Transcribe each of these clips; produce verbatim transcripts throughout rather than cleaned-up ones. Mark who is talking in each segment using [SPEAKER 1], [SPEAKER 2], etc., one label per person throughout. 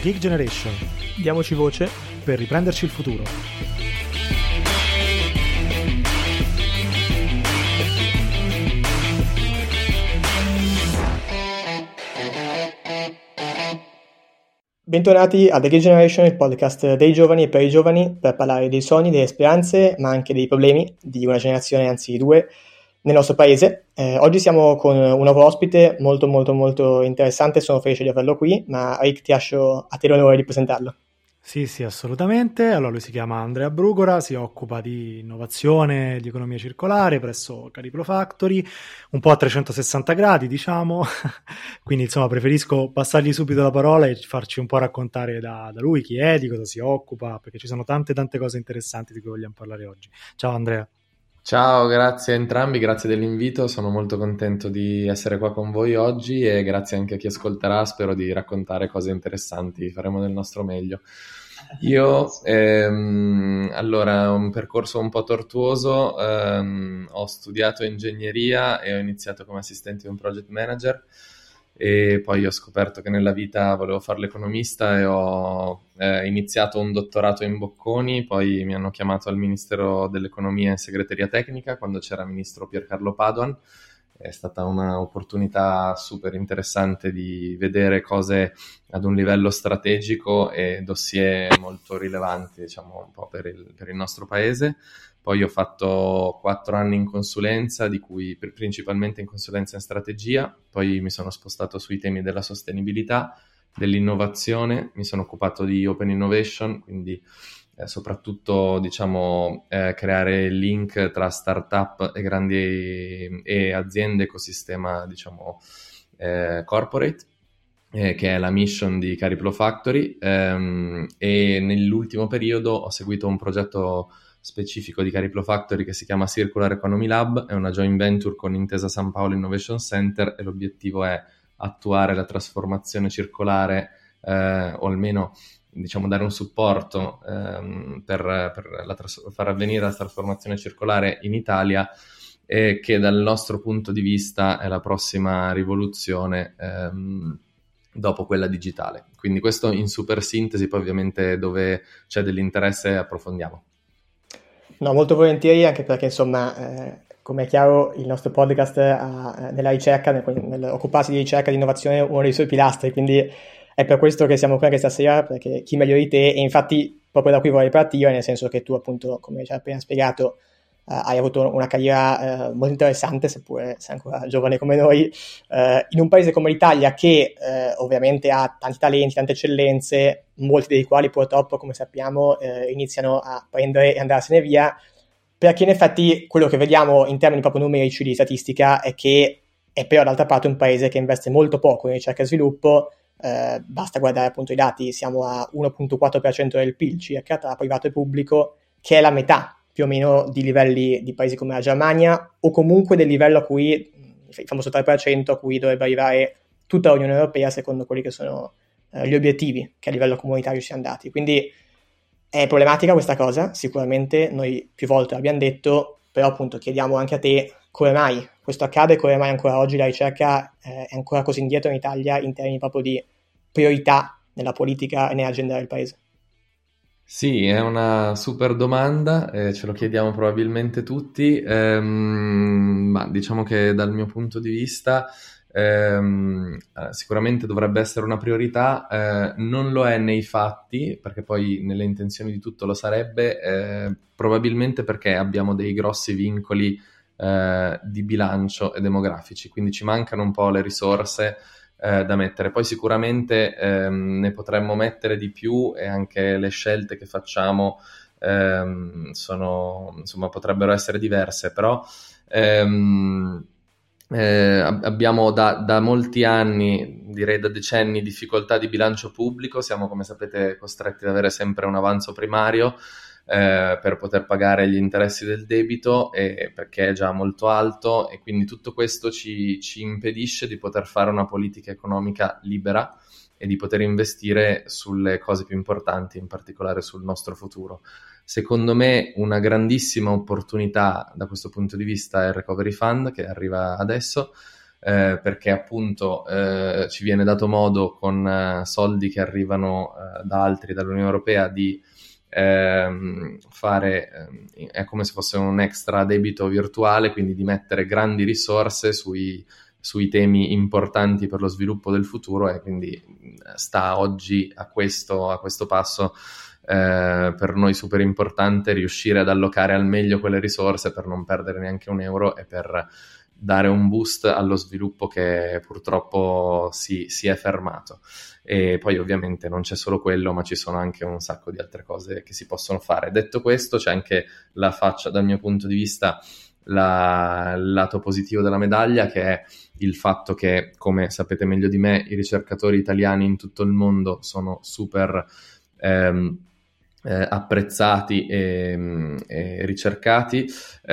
[SPEAKER 1] Geek Generation.
[SPEAKER 2] Diamoci voce
[SPEAKER 1] per riprenderci il futuro.
[SPEAKER 2] Bentornati a The Geek Generation, il podcast dei giovani e per i giovani, per parlare dei sogni, delle speranze, ma anche dei problemi di una generazione, anzi due, nel nostro paese. Eh, oggi siamo con un nuovo ospite molto molto molto interessante, sono felice di averlo qui, ma Rick, ti lascio a te l'onore di presentarlo.
[SPEAKER 1] Sì, sì, assolutamente. Allora, lui si chiama Andrea Brugora, si occupa di innovazione, di economia circolare presso Cariplo Factory, un po' a trecentosessanta gradi, diciamo. Quindi, insomma, preferisco passargli subito la parola e farci un po' raccontare da, da lui chi è, di cosa si occupa, perché ci sono tante tante cose interessanti di cui vogliamo parlare oggi. Ciao Andrea.
[SPEAKER 3] Ciao, grazie a entrambi, grazie dell'invito, sono molto contento di essere qua con voi oggi e grazie anche a chi ascolterà, spero di raccontare cose interessanti, faremo del nostro meglio. Io, ehm, allora, un percorso un po' tortuoso, ehm, ho studiato ingegneria e ho iniziato come assistente di un project manager e poi ho scoperto che nella vita volevo fare l'economista e ho eh, iniziato un dottorato in Bocconi, poi mi hanno chiamato al Ministero dell'Economia e Segreteria Tecnica quando c'era ministro Piercarlo Padoan. È stata un'opportunità super interessante di vedere cose ad un livello strategico e dossier molto rilevanti, diciamo, un po' per il, per il nostro paese. Poi ho fatto quattro anni in consulenza, di cui principalmente in consulenza in strategia, poi mi sono spostato sui temi della sostenibilità, dell'innovazione, mi sono occupato di open innovation, quindi eh, soprattutto diciamo eh, creare il link tra startup e grandi e aziende, ecosistema diciamo eh, corporate, eh, che è la mission di Cariplo Factory, ehm, e nell'ultimo periodo ho seguito un progetto specifico di Cariplo Factory che si chiama Circular Economy Lab, è una joint venture con Intesa San Paolo Innovation Center e l'obiettivo è attuare la trasformazione circolare eh, o almeno diciamo dare un supporto ehm, per, per la tras- far avvenire la trasformazione circolare in Italia, e che dal nostro punto di vista è la prossima rivoluzione ehm, dopo quella digitale. Quindi questo in super sintesi, poi ovviamente dove c'è dell'interesse approfondiamo.
[SPEAKER 2] No, molto volentieri, anche perché insomma, eh, come è chiaro, il nostro podcast ha, nella ricerca, nel, nell'occuparsi di ricerca di innovazione, uno dei suoi pilastri, quindi è per questo che siamo qui anche stasera, perché chi meglio di te, e infatti proprio da qui vorrei partire, nel senso che tu appunto, come ci hai appena spiegato, Uh, hai avuto una carriera uh, molto interessante, seppure sei ancora giovane come noi, uh, in un paese come l'Italia che uh, ovviamente ha tanti talenti, tante eccellenze, molti dei quali purtroppo, come sappiamo, uh, iniziano a prendere e andarsene via, perché in effetti quello che vediamo in termini proprio numerici di statistica è che è però d'altra parte un paese che investe molto poco in ricerca e sviluppo. Uh, basta guardare appunto i dati, siamo a uno virgola quattro per cento del P I L circa tra privato e pubblico, che è la metà più o meno di livelli di paesi come la Germania, o comunque del livello a cui, il famoso tre per cento a cui dovrebbe arrivare tutta l'Unione Europea secondo quelli che sono eh, gli obiettivi che a livello comunitario si sono dati. Quindi è problematica questa cosa, sicuramente noi più volte l'abbiamo detto, però appunto chiediamo anche a te come mai questo accade, come mai ancora oggi la ricerca eh, è ancora così indietro in Italia in termini proprio di priorità nella politica e nell'agenda del paese.
[SPEAKER 3] Sì, è una super domanda, eh, ce lo chiediamo probabilmente tutti, ehm, ma diciamo che dal mio punto di vista ehm, sicuramente dovrebbe essere una priorità, eh, non lo è nei fatti, perché poi nelle intenzioni di tutto lo sarebbe, eh, probabilmente perché abbiamo dei grossi vincoli eh, di bilancio e demografici, quindi ci mancano un po' le risorse Eh, da mettere. Poi sicuramente ehm, ne potremmo mettere di più e anche le scelte che facciamo ehm, sono, insomma, potrebbero essere diverse, però ehm, eh, abbiamo da, da molti anni, direi da decenni, difficoltà di bilancio pubblico, siamo come sapete costretti ad avere sempre un avanzo primario Eh, per poter pagare gli interessi del debito, e, perché è già molto alto, e quindi tutto questo ci, ci impedisce di poter fare una politica economica libera e di poter investire sulle cose più importanti, in particolare sul nostro futuro. Secondo me una grandissima opportunità da questo punto di vista è il Recovery Fund che arriva adesso, eh, perché appunto eh, ci viene dato modo con eh, soldi che arrivano eh, da altri, dall'Unione Europea, di ehm, fare, eh, è come se fosse un extra debito virtuale, quindi di mettere grandi risorse sui sui temi importanti per lo sviluppo del futuro, e quindi sta oggi a questo, a questo passo eh, per noi super importante riuscire ad allocare al meglio quelle risorse per non perdere neanche un euro e per dare un boost allo sviluppo che purtroppo si, si è fermato. E poi ovviamente non c'è solo quello, ma ci sono anche un sacco di altre cose che si possono fare. Detto questo, c'è anche la faccia, dal mio punto di vista, la, il lato positivo della medaglia, che è il fatto che, come sapete meglio di me, i ricercatori italiani in tutto il mondo sono super ehm, eh, apprezzati e, e ricercati,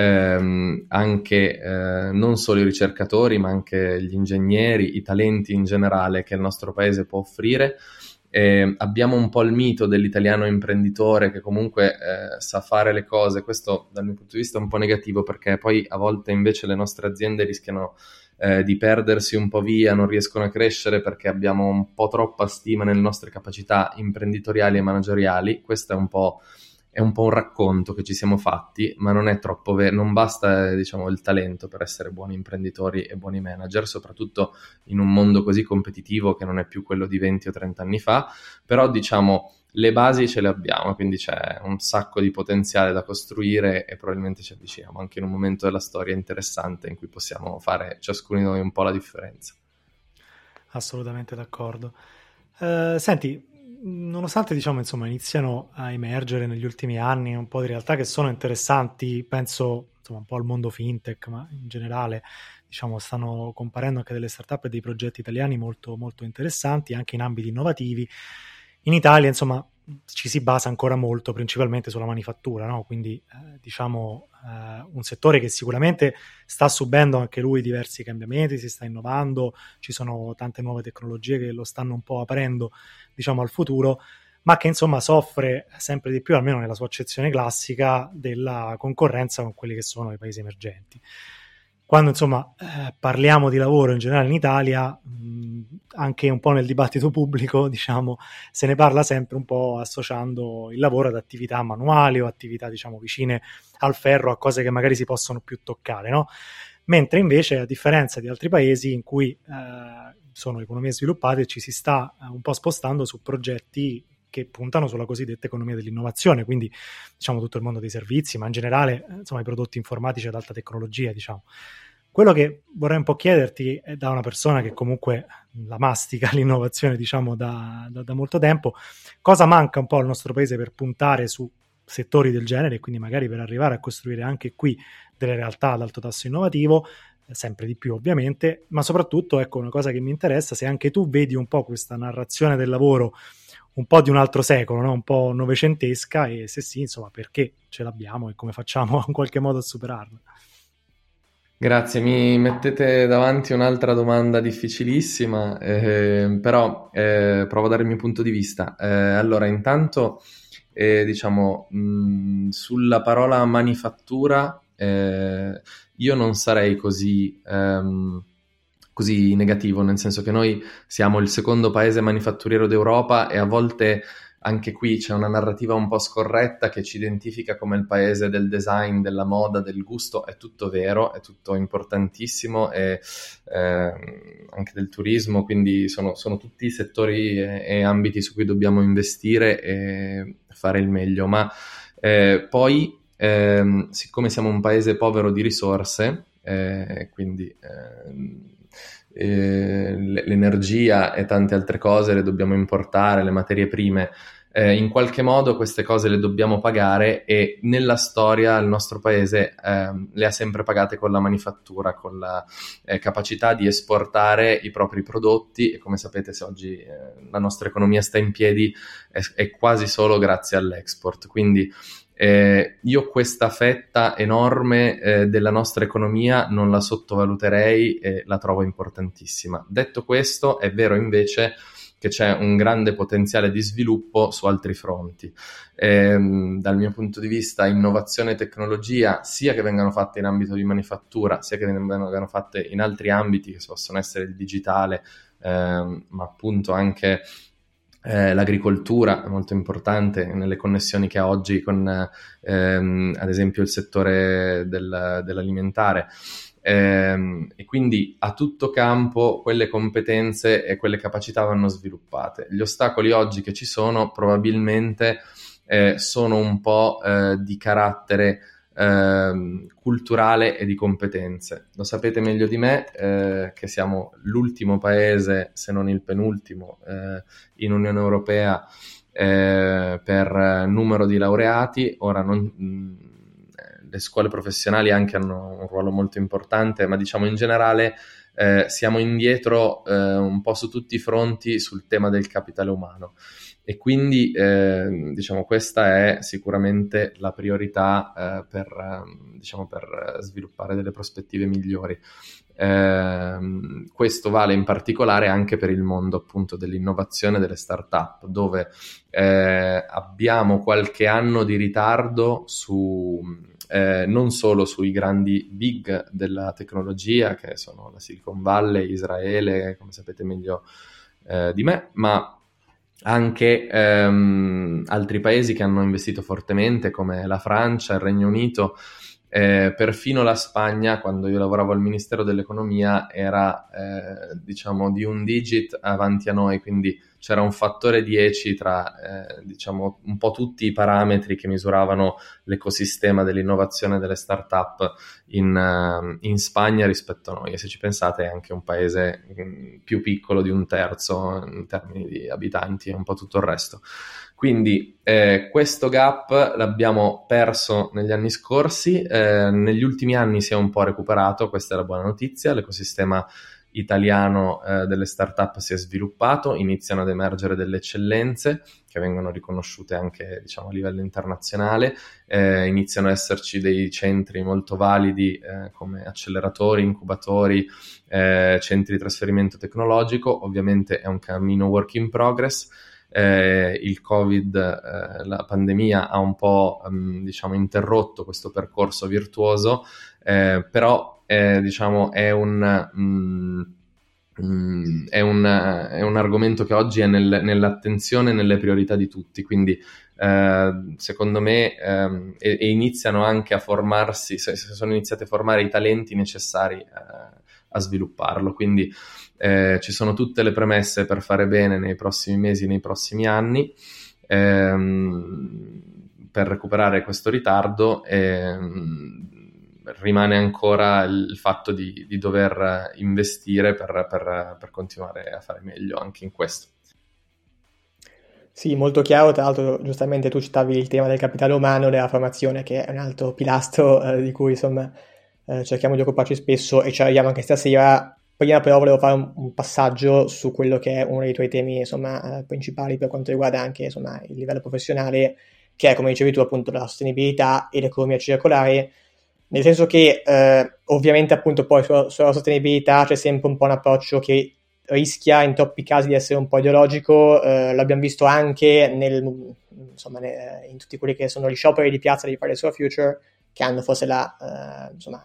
[SPEAKER 3] ehm, anche eh, non solo i ricercatori, ma anche gli ingegneri, i talenti in generale che il nostro paese può offrire. Eh, abbiamo un po' il mito dell'italiano imprenditore che comunque eh, sa fare le cose. Questo dal mio punto di vista è un po' negativo, perché poi a volte invece le nostre aziende rischiano eh, di perdersi un po' via, non riescono a crescere perché abbiamo un po' troppa stima nelle nostre capacità imprenditoriali e manageriali. Questo è un po' è un po' un racconto che ci siamo fatti, ma non è troppo vero, non basta eh, diciamo il talento per essere buoni imprenditori e buoni manager, soprattutto in un mondo così competitivo che non è più quello di venti o trenta anni fa. Però diciamo le basi ce le abbiamo, quindi c'è un sacco di potenziale da costruire e probabilmente ci avviciniamo anche in un momento della storia interessante in cui possiamo fare ciascuno di noi un po' la differenza.
[SPEAKER 1] Assolutamente d'accordo. Uh, senti, nonostante diciamo insomma iniziano a emergere negli ultimi anni un po' di realtà che sono interessanti, penso insomma un po' al mondo fintech, ma in generale diciamo stanno comparendo anche delle startup e dei progetti italiani molto molto interessanti anche in ambiti innovativi. In Italia insomma ci si basa ancora molto principalmente sulla manifattura, no? Quindi eh, diciamo eh, un settore che sicuramente sta subendo anche lui diversi cambiamenti, si sta innovando, ci sono tante nuove tecnologie che lo stanno un po' aprendo diciamo al futuro, ma che insomma soffre sempre di più, almeno nella sua accezione classica, della concorrenza con quelli che sono i paesi emergenti. Quando insomma eh, parliamo di lavoro in generale in Italia, mh, anche un po' nel dibattito pubblico, diciamo, se ne parla sempre un po' associando il lavoro ad attività manuali o attività, diciamo, vicine al ferro, a cose che magari si possono più toccare, no? Mentre invece, a differenza di altri paesi in cui eh, sono economie sviluppate, ci si sta eh, un po' spostando su progetti che puntano sulla cosiddetta economia dell'innovazione, quindi diciamo tutto il mondo dei servizi, ma in generale insomma i prodotti informatici ad alta tecnologia, diciamo. Quello che vorrei un po' chiederti è, da una persona che comunque la mastica l'innovazione diciamo da, da, da molto tempo, cosa manca un po' al nostro paese per puntare su settori del genere e quindi magari per arrivare a costruire anche qui delle realtà ad alto tasso innovativo, sempre di più ovviamente, ma soprattutto ecco una cosa che mi interessa, se anche tu vedi un po' questa narrazione del lavoro un po' di un altro secolo, no? Un po' novecentesca, e se sì, insomma, perché ce l'abbiamo e come facciamo in qualche modo a superarla?
[SPEAKER 3] Grazie, mi mettete davanti un'altra domanda difficilissima, eh, però eh, provo a dare il mio punto di vista. Eh, allora, intanto, eh, diciamo, mh, sulla parola manifattura, eh, io non sarei così... ehm, così negativo, nel senso che noi siamo il secondo paese manifatturiero d'Europa e a volte anche qui c'è una narrativa un po' scorretta che ci identifica come il paese del design, della moda, del gusto. È tutto vero, è tutto importantissimo, e eh, anche del turismo, quindi sono, sono tutti settori e, e ambiti su cui dobbiamo investire e fare il meglio, ma eh, poi eh, siccome siamo un paese povero di risorse, eh, quindi eh, Eh, l'energia e tante altre cose le dobbiamo importare, le materie prime, eh, in qualche modo queste cose le dobbiamo pagare, e nella storia il nostro paese eh, le ha sempre pagate con la manifattura, con la eh, capacità di esportare i propri prodotti, e come sapete, se oggi eh, la nostra economia sta in piedi è, è quasi solo grazie all'export. Quindi Eh, io questa fetta enorme eh, della nostra economia non la sottovaluterei e la trovo importantissima. Detto questo, è vero invece che c'è un grande potenziale di sviluppo su altri fronti. E, dal mio punto di vista, innovazione e tecnologia, sia che vengano fatte in ambito di manifattura, sia che vengano fatte in altri ambiti, che possono essere il digitale, ehm, ma appunto anche Eh, l'agricoltura è molto importante nelle connessioni che ha oggi con ehm, ad esempio il settore del, dell'alimentare, ehm, e quindi a tutto campo quelle competenze e quelle capacità vanno sviluppate. Gli ostacoli oggi che ci sono probabilmente eh, sono un po' eh, di carattere Eh, culturale e di competenze. Lo sapete meglio di me eh, che siamo l'ultimo paese, se non il penultimo, eh, in Unione Europea eh, per numero di laureati. Ora non, mh, le scuole professionali anche hanno un ruolo molto importante, ma diciamo in generale eh, siamo indietro eh, un po' su tutti i fronti sul tema del capitale umano. E quindi eh, diciamo questa è sicuramente la priorità eh, per, eh, diciamo, per sviluppare delle prospettive migliori. Eh, questo vale in particolare anche per il mondo appunto dell'innovazione, delle start-up, dove eh, abbiamo qualche anno di ritardo su eh, non solo sui grandi big della tecnologia, che sono la Silicon Valley, Israele, come sapete meglio eh, di me, ma anche ehm, altri paesi che hanno investito fortemente, come la Francia, il Regno Unito, eh, perfino la Spagna. Quando io lavoravo al Ministero dell'Economia era eh, diciamo di un digit avanti a noi, quindi c'era un fattore dieci tra eh, diciamo un po' tutti i parametri che misuravano l'ecosistema dell'innovazione delle start-up in, uh, in Spagna rispetto a noi, e se ci pensate è anche un paese mh, più piccolo di un terzo in termini di abitanti e un po' tutto il resto. Quindi eh, questo gap l'abbiamo perso negli anni scorsi, eh, negli ultimi anni si è un po' recuperato, questa è la buona notizia. L'ecosistema italiano eh, delle start-up si è sviluppato, iniziano ad emergere delle eccellenze che vengono riconosciute anche diciamo a livello internazionale, eh, iniziano ad esserci dei centri molto validi eh, come acceleratori, incubatori, eh, centri di trasferimento tecnologico. Ovviamente è un cammino work in progress. Eh, il Covid, eh, la pandemia ha un po' um, diciamo interrotto questo percorso virtuoso, eh, però eh, diciamo è un, mm, mm, è, un, è un argomento che oggi è nel, nell'attenzione e nelle priorità di tutti, quindi eh, secondo me eh, e, e iniziano anche a formarsi, se, se sono iniziati a formare i talenti necessari eh, a svilupparlo, quindi Eh, ci sono tutte le premesse per fare bene nei prossimi mesi, nei prossimi anni, ehm, per recuperare questo ritardo. Ehm, rimane ancora il fatto di, di dover investire per, per, per continuare a fare meglio anche in questo.
[SPEAKER 2] Sì, molto chiaro. Tra l'altro giustamente tu citavi il tema del capitale umano, della formazione, che è un altro pilastro eh, di cui insomma eh, cerchiamo di occuparci spesso e ci arriviamo anche stasera. Prima però volevo fare un, un passaggio su quello che è uno dei tuoi temi insomma eh, principali per quanto riguarda anche insomma il livello professionale, che è, come dicevi tu, appunto la sostenibilità e l'economia circolare, nel senso che eh, ovviamente appunto poi sulla, sulla sostenibilità c'è sempre un po' un approccio che rischia in troppi casi di essere un po' ideologico. Eh, l'abbiamo visto anche nel, insomma, ne, in tutti quelli che sono gli scioperi di piazza di Fridays for Future, che hanno forse la eh, insomma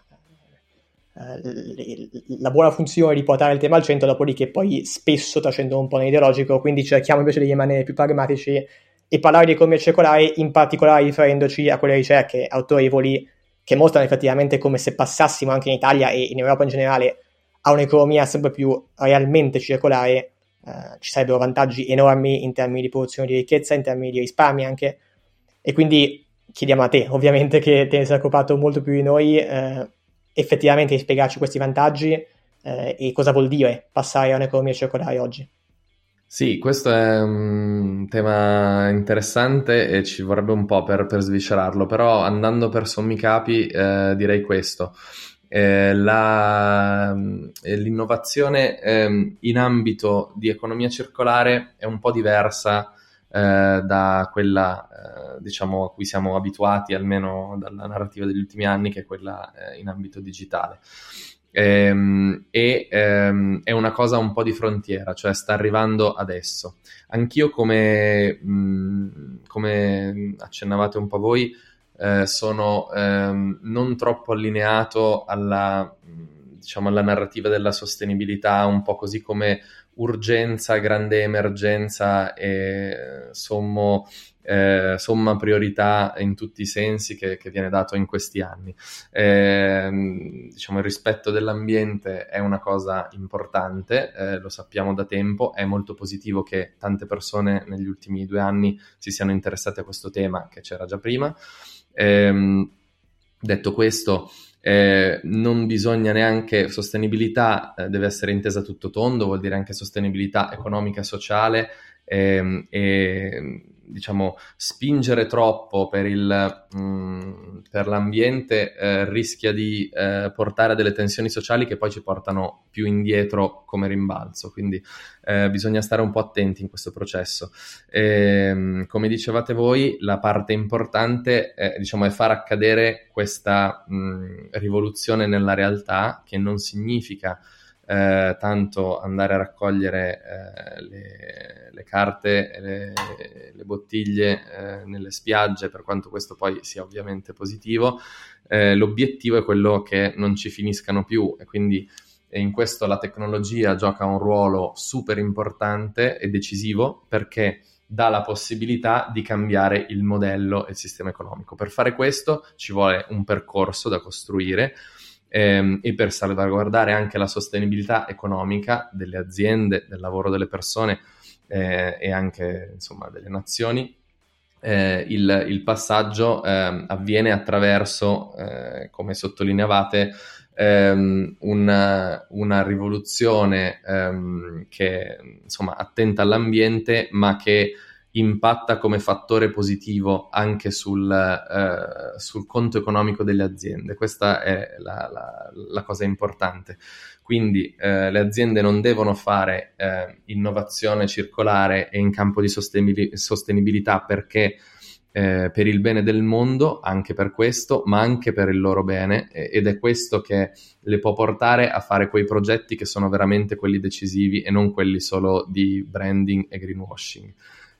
[SPEAKER 2] la buona funzione di portare il tema al centro, dopodiché poi spesso trascendono un po' nell'ideologico. Quindi cerchiamo invece di rimanere più pragmatici e parlare di economia circolare, in particolare riferendoci a quelle ricerche autorevoli che mostrano effettivamente come se passassimo anche in Italia e in Europa in generale a un'economia sempre più realmente circolare, eh, ci sarebbero vantaggi enormi in termini di produzione di ricchezza, in termini di risparmi anche. E quindi chiediamo a te, ovviamente, che te ne sei occupato molto più di noi, eh, effettivamente di spiegarci questi vantaggi eh, e cosa vuol dire passare a un'economia circolare oggi.
[SPEAKER 3] Sì, questo è un tema interessante e ci vorrebbe un po' per, per sviscerarlo, però andando per sommi capi eh, direi questo. Eh, la, l'innovazione eh, in ambito di economia circolare è un po' diversa eh, da quella eh, diciamo a cui siamo abituati, almeno dalla narrativa degli ultimi anni, che è quella eh, in ambito digitale. ehm, e ehm, è una cosa un po' di frontiera, cioè sta arrivando adesso. Anch'io, come, mh, come accennavate un po' voi, eh, sono ehm, non troppo allineato alla, diciamo, alla narrativa della sostenibilità, un po' così come urgenza, grande emergenza e sommo, eh, somma priorità in tutti i sensi che, che viene dato in questi anni. Eh, diciamo, il rispetto dell'ambiente è una cosa importante, eh, lo sappiamo da tempo, è molto positivo che tante persone negli ultimi due anni si siano interessate a questo tema, che c'era già prima. Eh, detto questo, Eh, non bisogna neanche, sostenibilità eh, deve essere intesa a tutto tondo, vuol dire anche sostenibilità economica e sociale, ehm, e diciamo spingere troppo per, il, mh, per l'ambiente eh, rischia di eh, portare a delle tensioni sociali che poi ci portano più indietro come rimbalzo, quindi eh, bisogna stare un po' attenti in questo processo. E, come dicevate voi, la parte importante eh, diciamo, è far accadere questa mh, rivoluzione nella realtà, che non significa Eh, tanto andare a raccogliere eh, le, le carte e le, le bottiglie eh, nelle spiagge, per quanto questo poi sia ovviamente positivo. Eh, l'obiettivo è quello che non ci finiscano più, e quindi in questo la tecnologia gioca un ruolo super importante e decisivo, perché dà la possibilità di cambiare il modello e il sistema economico. Per fare questo ci vuole un percorso da costruire, Ehm, e per salvaguardare anche la sostenibilità economica delle aziende, del lavoro delle persone eh, e anche insomma delle nazioni. Eh, il, il passaggio eh, avviene attraverso, eh, come sottolineavate, ehm, una, una rivoluzione ehm, che insomma attenta all'ambiente, ma che impatta come fattore positivo anche sul, eh, sul conto economico delle aziende. Questa è la, la, la cosa importante. Quindi eh, le aziende non devono fare eh, innovazione circolare e in campo di sostenibili- sostenibilità perché eh, per il bene del mondo, anche per questo, ma anche per il loro bene, eh, ed è questo che le può portare a fare quei progetti che sono veramente quelli decisivi e non quelli solo di branding e greenwashing.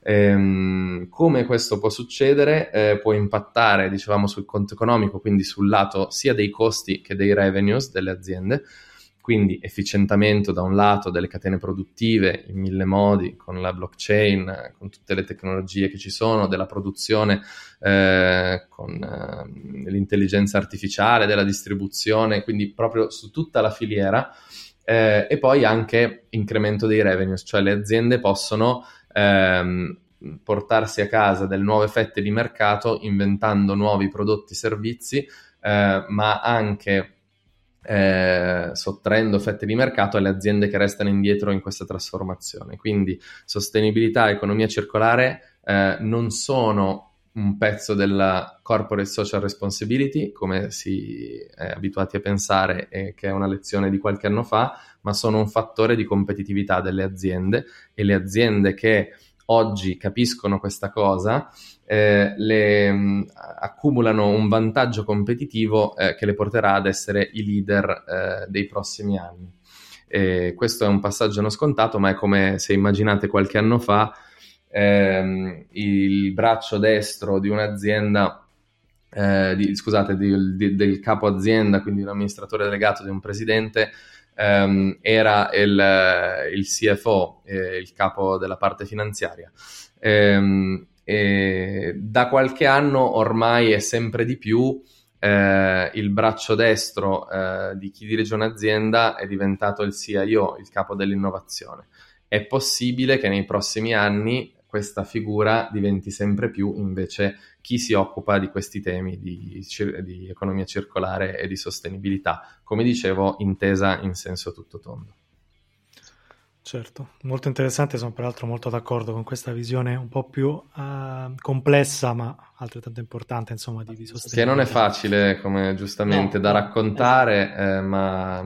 [SPEAKER 3] Ehm, come questo può succedere? Eh, può impattare, dicevamo, sul conto economico, quindi sul lato sia dei costi che dei revenues delle aziende, quindi efficientamento da un lato delle catene produttive in mille modi, con la blockchain, con tutte le tecnologie che ci sono, della produzione, eh, con eh, l'intelligenza artificiale, della distribuzione, quindi proprio su tutta la filiera, eh, e poi anche incremento dei revenues, cioè le aziende possono ehm, portarsi a casa delle nuove fette di mercato inventando nuovi prodotti e servizi, eh, ma anche Eh, sottraendo fette di mercato alle aziende che restano indietro in questa trasformazione. Quindi sostenibilità e economia circolare eh, non sono un pezzo della corporate social responsibility, come si è abituati a pensare e che è una lezione di qualche anno fa, ma sono un fattore di competitività delle aziende, e le aziende che oggi capiscono questa cosa Eh, le, mh, accumulano un vantaggio competitivo eh, che le porterà ad essere i leader eh, dei prossimi anni. E questo è un passaggio non scontato, ma è come se immaginate qualche anno fa ehm, il braccio destro di un'azienda, eh, di, scusate, di, di, del capo azienda, quindi un amministratore delegato di un presidente, ehm, era il, il C F O, eh, il capo della parte finanziaria. Ehm, E da qualche anno ormai è sempre di più eh, il braccio destro eh, di chi dirige un'azienda è diventato il C I O, il capo dell'innovazione. È possibile che nei prossimi anni questa figura diventi sempre più invece chi si occupa di questi temi di, di economia circolare e di sostenibilità, come dicevo, intesa in senso tutto tondo.
[SPEAKER 1] Certo, molto interessante, sono peraltro molto d'accordo con questa visione un po' più uh, complessa ma altrettanto importante, insomma, di, di sostenibilità.
[SPEAKER 3] Che non è facile, come giustamente, no, da raccontare, eh, ma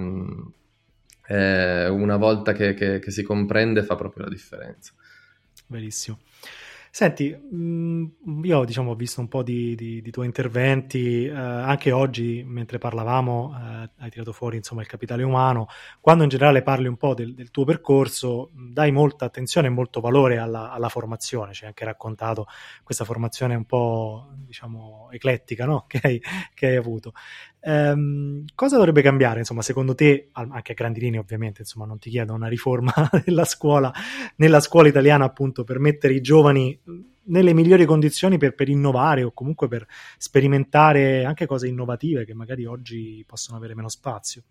[SPEAKER 3] eh, una volta che, che, che si comprende fa proprio la differenza.
[SPEAKER 1] Verissimo. Senti, mh, io diciamo ho visto un po' di, di, di tuoi interventi, eh, anche oggi mentre parlavamo eh, hai tirato fuori insomma il capitale umano. Quando in generale parli un po' del, del tuo percorso, mh, dai molta attenzione e molto valore alla, alla formazione. Ci hai anche raccontato questa formazione un po' diciamo eclettica, no? che, hai, che hai avuto. Ehm, cosa dovrebbe cambiare insomma secondo te, anche a grandi linee ovviamente, insomma non ti chiedo una riforma della scuola, nella scuola italiana appunto, per mettere i giovani nelle migliori condizioni per, per innovare o comunque per sperimentare anche cose innovative che magari oggi possono avere meno spazio?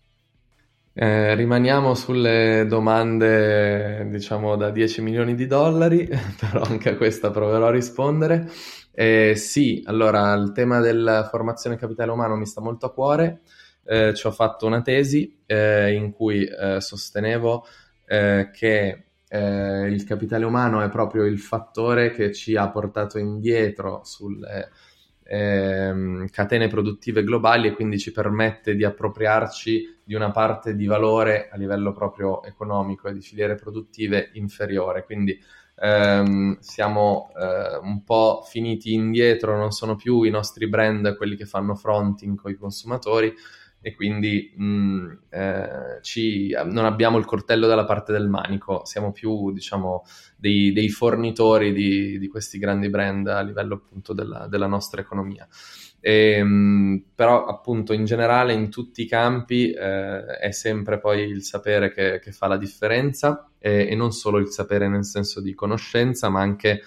[SPEAKER 3] Eh, rimaniamo sulle domande, diciamo, da dieci milioni di dollari, però anche a questa proverò a rispondere. Eh, sì, allora, il tema della formazione capitale umano mi sta molto a cuore. Eh, ci ho fatto una tesi eh, in cui eh, sostenevo eh, che eh, il capitale umano è proprio il fattore che ci ha portato indietro sulle ehm, catene produttive globali e quindi ci permette di appropriarci di una parte di valore a livello proprio economico e di filiere produttive inferiore. Quindi ehm, siamo eh, un po' finiti indietro, non sono più i nostri brand quelli che fanno fronting con i consumatori, e quindi mh, eh, ci, non abbiamo il coltello dalla parte del manico, siamo più, diciamo, dei, dei fornitori di, di questi grandi brand a livello appunto della, della nostra economia. E, mh, però appunto in generale in tutti i campi eh, è sempre poi il sapere che, che fa la differenza, e, e non solo il sapere nel senso di conoscenza, ma anche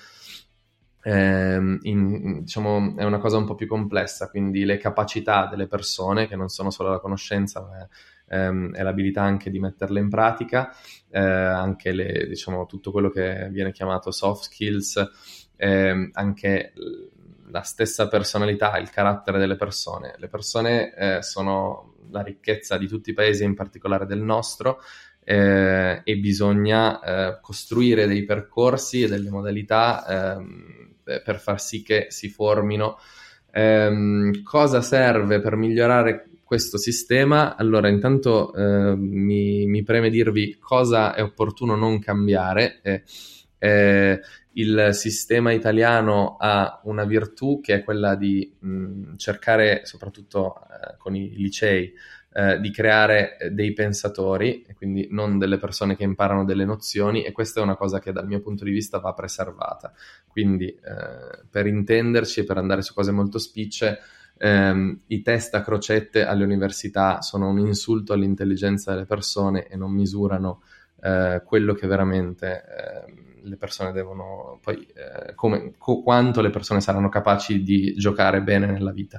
[SPEAKER 3] In, in, diciamo, è una cosa un po' più complessa, quindi le capacità delle persone, che non sono solo la conoscenza, ma è, ehm, è l'abilità anche di metterle in pratica, eh, anche le, diciamo, tutto quello che viene chiamato soft skills, eh, anche la stessa personalità, il carattere delle persone. Le persone eh, sono la ricchezza di tutti i paesi, in particolare del nostro, eh, e bisogna eh, costruire dei percorsi e delle modalità eh, per far sì che si formino. Eh, cosa serve per migliorare questo sistema? Allora, intanto eh, mi, mi preme dirvi cosa è opportuno non cambiare. Eh, eh, il sistema italiano ha una virtù che è quella di mh, cercare, soprattutto eh, con i licei, Eh, di creare dei pensatori, e quindi non delle persone che imparano delle nozioni, e questa è una cosa che dal mio punto di vista va preservata. Quindi eh, per intenderci e per andare su cose molto spicce, ehm, i test a crocette alle università sono un insulto all'intelligenza delle persone e non misurano eh, quello che veramente eh, le persone devono poi, eh, come, co- quanto le persone saranno capaci di giocare bene nella vita.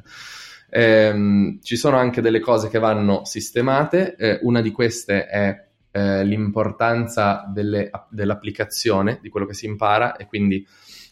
[SPEAKER 3] Eh, ci sono anche delle cose che vanno sistemate, eh, una di queste è eh, l'importanza delle, dell'applicazione di quello che si impara, e quindi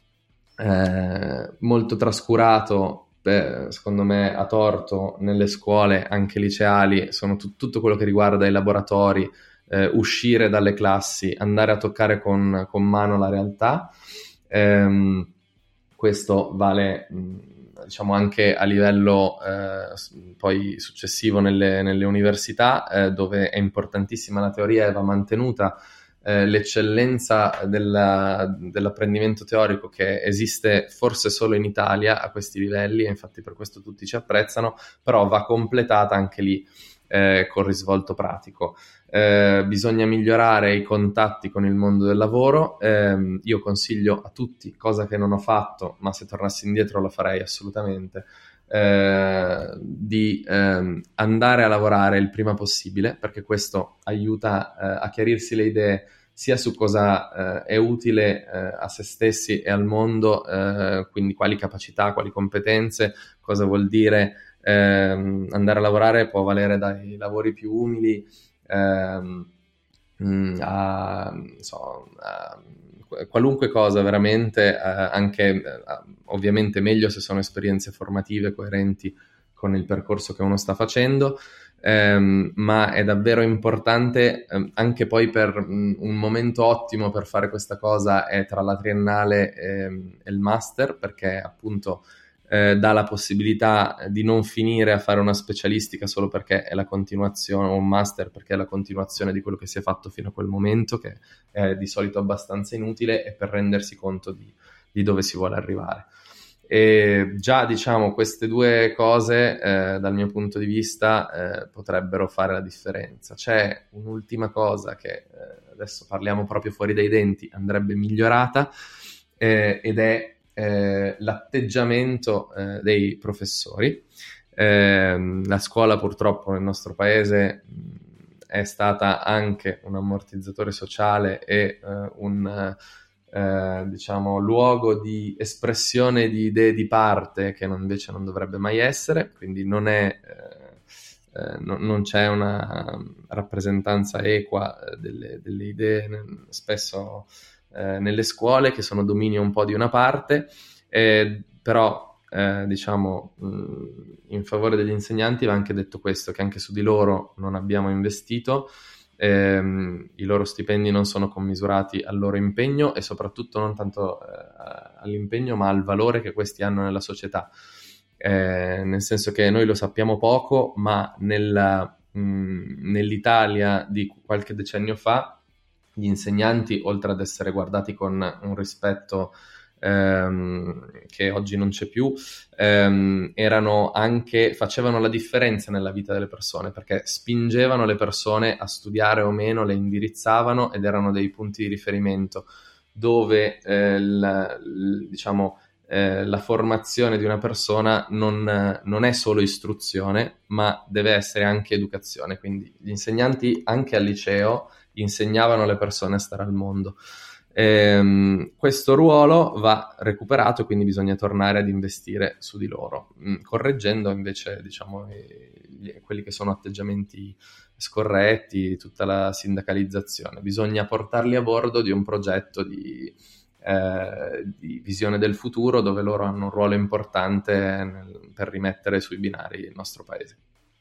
[SPEAKER 3] eh, molto trascurato, eh, secondo me a torto, nelle scuole anche liceali, sono t- tutto quello che riguarda i laboratori, eh, uscire dalle classi, andare a toccare con, con mano la realtà. Eh, questo vale mh, diciamo anche a livello eh, poi successivo nelle, nelle università, eh, dove è importantissima la teoria e va mantenuta eh, l'eccellenza della, dell'apprendimento teorico, che esiste forse solo in Italia a questi livelli, e infatti per questo tutti ci apprezzano, però va completata anche lì eh, col risvolto pratico. Eh, bisogna migliorare i contatti con il mondo del lavoro. Eh, io consiglio a tutti, cosa che non ho fatto, ma se tornassi indietro lo farei assolutamente, eh, di eh, andare a lavorare il prima possibile, perché questo aiuta eh, a chiarirsi le idee sia su cosa eh, è utile eh, a se stessi e al mondo, eh, quindi quali capacità, quali competenze, cosa vuol dire eh, andare a lavorare. Può valere dai lavori più umili Ehm, a, so, a qualunque cosa veramente, eh, anche eh, ovviamente meglio se sono esperienze formative coerenti con il percorso che uno sta facendo, ehm, ma è davvero importante eh, anche poi per mh, un momento ottimo per fare questa cosa è tra la triennale e, e il master, perché appunto Eh, dà la possibilità di non finire a fare una specialistica solo perché è la continuazione, o un master perché è la continuazione di quello che si è fatto fino a quel momento, che è di solito abbastanza inutile, e per rendersi conto di, eh, di dove si vuole arrivare. E già, diciamo, queste due cose, eh, dal mio punto di vista, eh, potrebbero fare la differenza. C'è un'ultima cosa che, eh, adesso parliamo proprio fuori dai denti, andrebbe migliorata, eh, ed è eh, l'atteggiamento eh, dei professori. Eh, la scuola, purtroppo, nel nostro paese mh, è stata anche un ammortizzatore sociale e eh, un... Eh, diciamo luogo di espressione di idee di parte che non, invece non dovrebbe mai essere, quindi non è eh, eh, no, non c'è una rappresentanza equa delle, delle idee spesso eh, nelle scuole, che sono dominio un po' di una parte, eh, però eh, diciamo mh, in favore degli insegnanti va anche detto questo, che anche su di loro non abbiamo investito. Eh, i loro stipendi non sono commisurati al loro impegno, e soprattutto non tanto eh, all'impegno ma al valore che questi hanno nella società, eh, nel senso che noi lo sappiamo poco, ma nella, mh, nell'Italia di qualche decennio fa gli insegnanti, oltre ad essere guardati con un rispetto ehm, che oggi non c'è più, ehm, erano anche, facevano la differenza nella vita delle persone, perché spingevano le persone a studiare o meno, le indirizzavano ed erano dei punti di riferimento dove eh, la, l, diciamo eh, la formazione di una persona non, non è solo istruzione, ma deve essere anche educazione. Quindi gli insegnanti anche al liceo insegnavano alle persone a stare al mondo. Ehm, questo ruolo va recuperato, quindi bisogna tornare ad investire su di loro, mh, correggendo invece, diciamo, eh, quelli che sono atteggiamenti scorretti, tutta la sindacalizzazione. Bisogna portarli a bordo di un progetto di, eh, di visione del futuro, dove loro hanno un ruolo importante nel, per rimettere sui binari il nostro paese.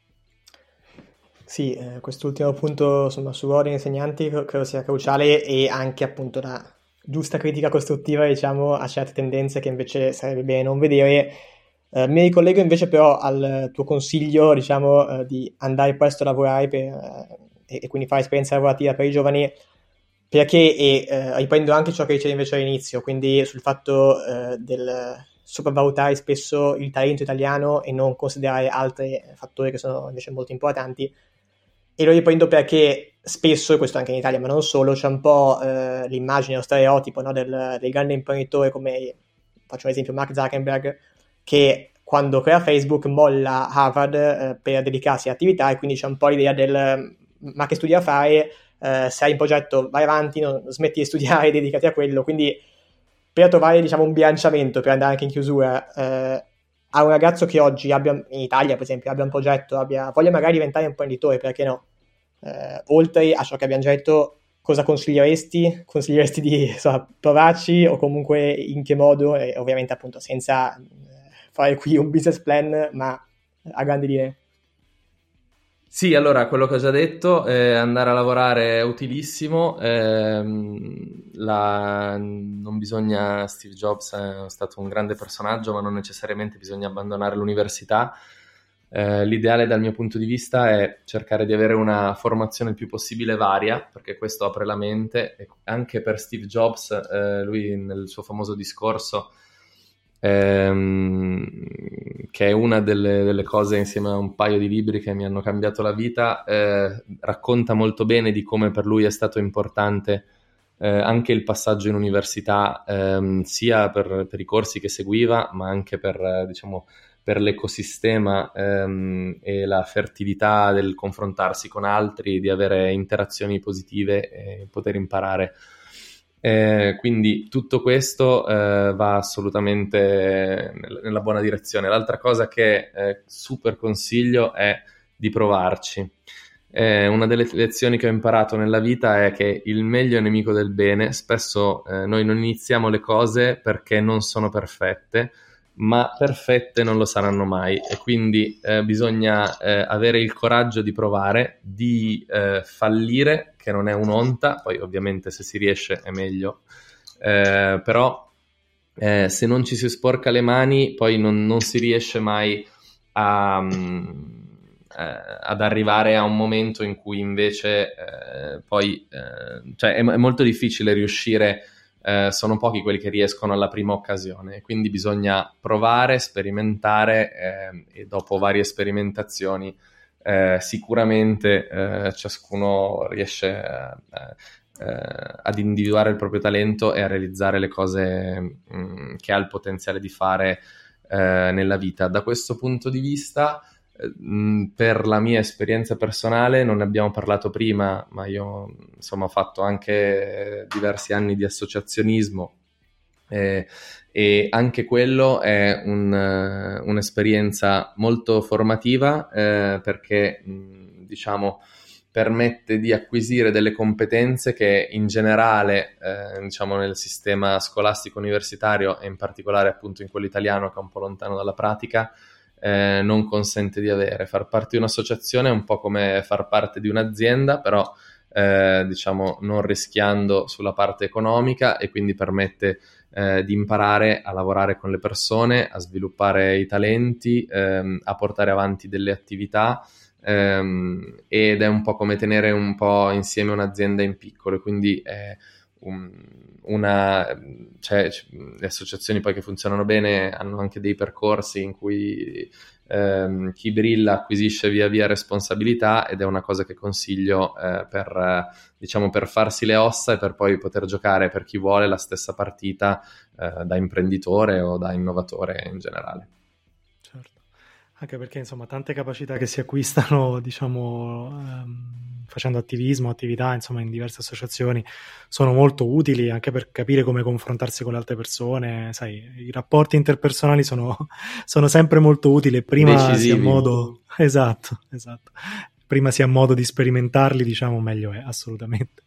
[SPEAKER 2] Sì, eh, quest'ultimo punto, insomma, su ruolo degli insegnanti credo sia cruciale, e anche appunto la giusta critica costruttiva, diciamo, a certe tendenze che invece sarebbe bene non vedere. Eh, mi ricollego invece però al tuo consiglio, diciamo, eh, di andare presto a lavorare per, eh, e, e quindi fare esperienza lavorativa per i giovani, perché, e eh, riprendo anche ciò che dicevi invece all'inizio, quindi sul fatto eh, del sopravvalutare spesso il talento italiano e non considerare altri fattori che sono invece molto importanti. E lo riprendo perché spesso, e questo anche in Italia ma non solo, c'è un po' eh, l'immagine, lo stereotipo, no, del, del grande imprenditore, come, faccio un esempio, Mark Zuckerberg, che quando crea Facebook molla Harvard eh, per dedicarsi all'attività, e quindi c'è un po' l'idea del ma che studi a fare, eh, se hai un progetto vai avanti, non smetti di studiare, dedicati a quello. Quindi per trovare, diciamo, un bilanciamento, per andare anche in chiusura, eh, a un ragazzo che oggi abbia, in Italia per esempio, abbia un progetto, abbia, voglia magari diventare imprenditore, perché no? Eh, oltre a ciò che abbiamo già detto, cosa consiglieresti? Consiglieresti di, insomma, provarci, o comunque in che modo? E ovviamente appunto senza eh, fare qui un business plan, ma a grandi linee.
[SPEAKER 3] Sì, allora, quello che ho già detto, eh, andare a lavorare è utilissimo, ehm, la, non bisogna, Steve Jobs è stato un grande personaggio, ma non necessariamente bisogna abbandonare l'università. Eh, l'ideale dal mio punto di vista è cercare di avere una formazione il più possibile varia, perché questo apre la mente, e anche per Steve Jobs, eh, lui nel suo famoso discorso, ehm, che è una delle, delle cose, insieme a un paio di libri che mi hanno cambiato la vita, eh, racconta molto bene di come per lui è stato importante eh, anche il passaggio in università, ehm, sia per, per i corsi che seguiva, ma anche per, eh, diciamo, per l'ecosistema ehm, e la fertilità del confrontarsi con altri, di avere interazioni positive e poter imparare. Eh, quindi tutto questo eh, va assolutamente nel, nella buona direzione. L'altra cosa che eh, super consiglio è di provarci. Eh, una delle lezioni che ho imparato nella vita è che il meglio è nemico del bene. Spesso eh, noi non iniziamo le cose perché non sono perfette, ma perfette non lo saranno mai, e quindi eh, bisogna eh, avere il coraggio di provare, di eh, fallire, che non è un'onta. Poi ovviamente se si riesce è meglio, eh, però eh, se non ci si sporca le mani poi non, non si riesce mai a, um, eh, ad arrivare a un momento in cui invece eh, poi eh, cioè è, è molto difficile riuscire eh, sono pochi quelli che riescono alla prima occasione, quindi bisogna provare, sperimentare eh, e dopo varie sperimentazioni eh, sicuramente eh, ciascuno riesce eh, eh, ad individuare il proprio talento e a realizzare le cose mh, che ha il potenziale di fare eh, nella vita. Da questo punto di vista, per la mia esperienza personale, non ne abbiamo parlato prima, ma io insomma ho fatto anche diversi anni di associazionismo eh, e anche quello è un, uh, un'esperienza molto formativa eh, perché mh, diciamo permette di acquisire delle competenze che in generale eh, diciamo nel sistema scolastico universitario e in particolare appunto in quello italiano, che è un po' lontano dalla pratica, Eh, non consente di avere. Far parte di un'associazione è un po' come far parte di un'azienda, però eh, diciamo non rischiando sulla parte economica, e quindi permette eh, di imparare a lavorare con le persone, a sviluppare i talenti, ehm, a portare avanti delle attività, ehm, ed è un po' come tenere un po' insieme un'azienda in piccolo, quindi è un Una, cioè, le associazioni poi che funzionano bene hanno anche dei percorsi in cui ehm, chi brilla acquisisce via via responsabilità, ed è una cosa che consiglio eh, per, eh, diciamo, per farsi le ossa e per poi poter giocare, per chi vuole, la stessa partita eh, da imprenditore o da innovatore in generale.
[SPEAKER 1] Certo, anche perché insomma tante capacità che si acquistano, diciamo, ehm, facendo attivismo, attività, insomma, in diverse associazioni, sono molto utili anche per capire come confrontarsi con le altre persone. Sai, i rapporti interpersonali sono, sono sempre molto utili. Prima
[SPEAKER 3] Decisivi.
[SPEAKER 1] si ha modo, esatto, esatto. Prima si ha modo di sperimentarli, diciamo, meglio è, assolutamente.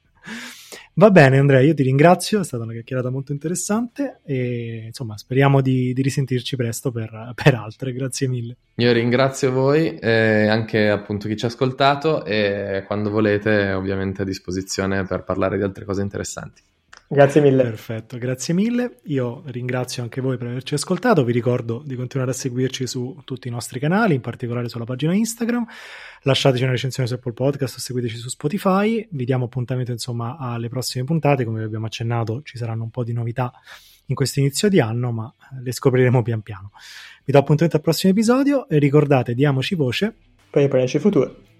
[SPEAKER 1] Va bene Andrea, io ti ringrazio, è stata una chiacchierata molto interessante e insomma speriamo di, di risentirci presto per, per altre, grazie mille.
[SPEAKER 3] Io ringrazio voi e anche appunto chi ci ha ascoltato, e quando volete ovviamente a disposizione per parlare di altre cose interessanti.
[SPEAKER 2] Grazie mille.
[SPEAKER 1] Perfetto, grazie mille. Io ringrazio anche voi per averci ascoltato. Vi ricordo di continuare a seguirci su tutti i nostri canali, in particolare sulla pagina Instagram. Lasciateci una recensione su Apple Podcast o seguiteci su Spotify. Vi diamo appuntamento insomma alle prossime puntate. Come vi abbiamo accennato, ci saranno un po' di novità in questo inizio di anno, ma le scopriremo pian piano. Vi do appuntamento al prossimo episodio e ricordate, diamoci voce
[SPEAKER 2] per il futuro.